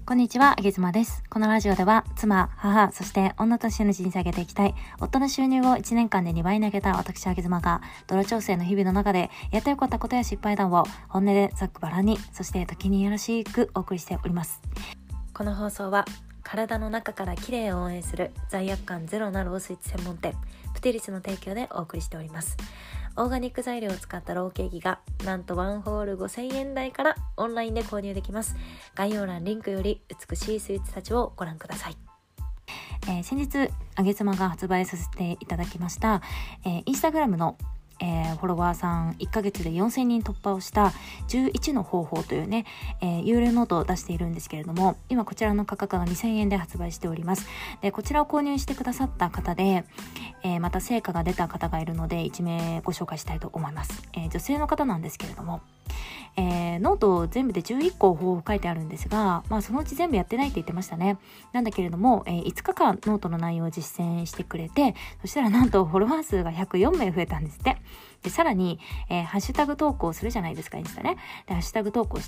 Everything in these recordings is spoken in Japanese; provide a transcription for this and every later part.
こんにちは、あげずまです。このラジオでは、妻、母、そして女としての人生を上げていきたい、夫の収入を1年間で2倍に上げた私、あげずまが、泥調整の日々の中で、やってよかったことや失敗談を、本音でざっくばらんに、そして時によろしくお送りしております。この放送は、体の中から綺麗を応援する、罪悪感ゼロなロースイーツ専門店、プティリスの提供でお送りしております。オーガニック材料を使ったローケーキがなんと1ホール5000円台からオンラインで購入できます。概要欄リンクより美しいスイーツたちをご覧ください。先日あげ妻が発売させていただきました、インスタグラムのフォロワーさん1ヶ月で4000人突破をした11の方法というね、有料ノートを出しているんですけれども、今こちらの価格が2000円で発売しております。でこちらを購入してくださった方で、また成果が出た方がいるので1名ご紹介したいと思います。女性の方なんですけれども、ノート全部で11個方法書いてあるんですが、そのうち全部やってないって言ってましたね。なんだけれども、5日間ノートの内容を実践してくれて、そしたらなんとフォロワー数が104名増えたんですって。でさらに、ハッシュタグ投稿するじゃないですか、インスタね。でハッシュタグ投稿して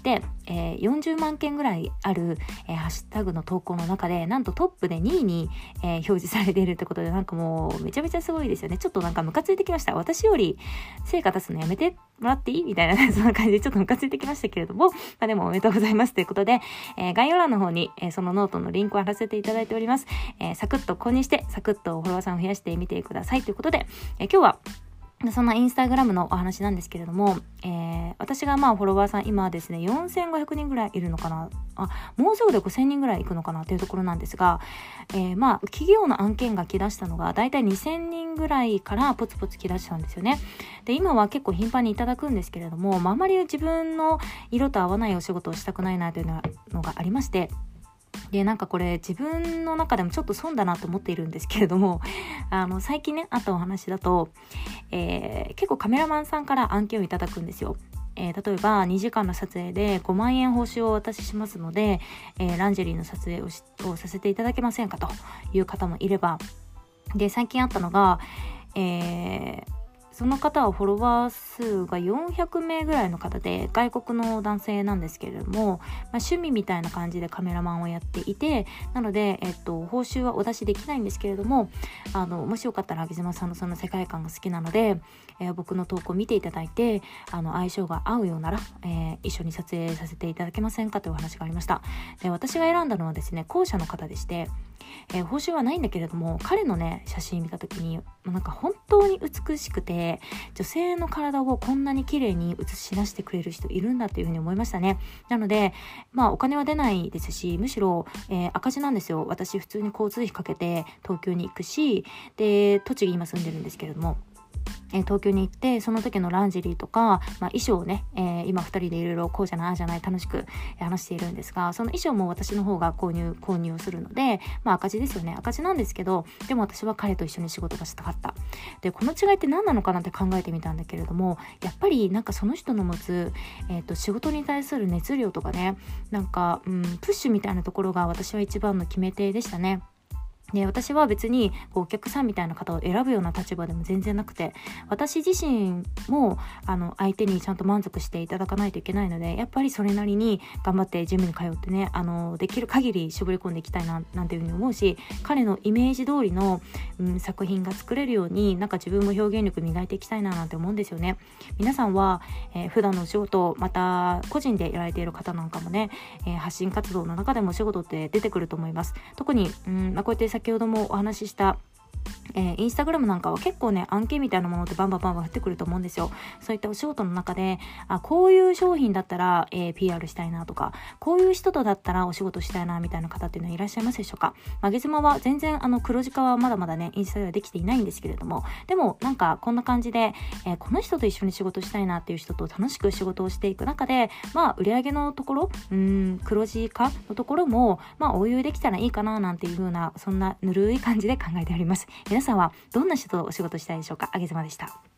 、40万件ぐらいある、ハッシュタグの投稿の中でなんとトップで2位に、表示されているってことで、なんかもうめちゃめちゃすごいですよね。ちょっとなんかムカついてきました。私より成果出すのやめてもらっていいみたいな、ね、そんな感じでちょっとムカついてきましたけれども、でもおめでとうございますということで、概要欄の方に、そのノートのリンクを貼らせていただいております。サクッと購入してサクッとフォロワーさんを増やしてみてくださいということで、今日はそんなインスタグラムのお話なんですけれども、私がフォロワーさん今ですね4500人ぐらいいるのかな、もうすぐで5000人ぐらいいくのかなというところなんですが、企業の案件が来だしたのがだいたい2000人ぐらいからポツポツ来だしたんですよね。で今は結構頻繁にいただくんですけれども、あまり自分の色と合わないお仕事をしたくないなというのがありまして、でなんかこれ自分の中でもちょっと損だなと思っているんですけれども、最近ねあったお話だと、結構カメラマンさんから案件をいただくんですよ。例えば2時間の撮影で5万円報酬をお渡ししますので、ランジェリーの撮影をさせていただけませんかという方もいれば、で最近あったのが、その方はフォロワー数が400名ぐらいの方で、外国の男性なんですけれども、趣味みたいな感じでカメラマンをやっていて、なので、報酬はお出しできないんですけれども、もしよかったらあげずまさんのその世界観が好きなので、僕の投稿を見ていただいて、相性が合うようなら、一緒に撮影させていただけませんかというお話がありました。で私が選んだのはですね、後者の方でして、報酬はないんだけれども、彼のね写真見た時になんか本当に美しくて、女性の体をこんなに綺麗に映し出してくれる人いるんだっていうふうに思いましたね。なのでお金は出ないですし、むしろ、赤字なんですよ。私普通に交通費かけて東京に行くし、で栃木今住んでるんですけれども、東京に行ってその時のランジェリーとか、衣装をね、今2人でいろいろこうじゃないああじゃない楽しく話しているんですが、その衣装も私の方が購入をするので、赤字ですよね。赤字なんですけど、でも私は彼と一緒に仕事がしたかった。でこの違いって何なのかなって考えてみたんだけれども、やっぱりなんかその人の持つ、仕事に対する熱量とかね、なんか、プッシュみたいなところが私は一番の決め手でしたね。で私は別にお客さんみたいな方を選ぶような立場でも全然なくて、私自身も相手にちゃんと満足していただかないといけないので、やっぱりそれなりに頑張ってジムに通ってね、できる限り絞り込んでいきたいななんていうふうに思うし、彼のイメージ通りの、作品が作れるようになんか自分も表現力磨いていきたいななんて思うんですよね。皆さんは、普段のお仕事、また個人でやられている方なんかもね、発信活動の中でもお仕事って出てくると思います。特に、こうやって先ほどもお話ししたインスタグラムなんかは結構ね案件みたいなものってバンバン降ってくると思うんですよ。そういったお仕事の中でこういう商品だったら、PR したいなとか、こういう人とだったらお仕事したいなみたいな方っていうのはいらっしゃいますでしょうか。あげずまは全然黒字化はまだまだねインスタではできていないんですけれども、でもなんかこんな感じで、この人と一緒に仕事したいなっていう人と楽しく仕事をしていく中で、売上のところ黒字化のところも応用できたらいいかななんていう風な、そんなぬるい感じで考えております。皆さんはどんな人とお仕事したいでしょうか。あげずまでした。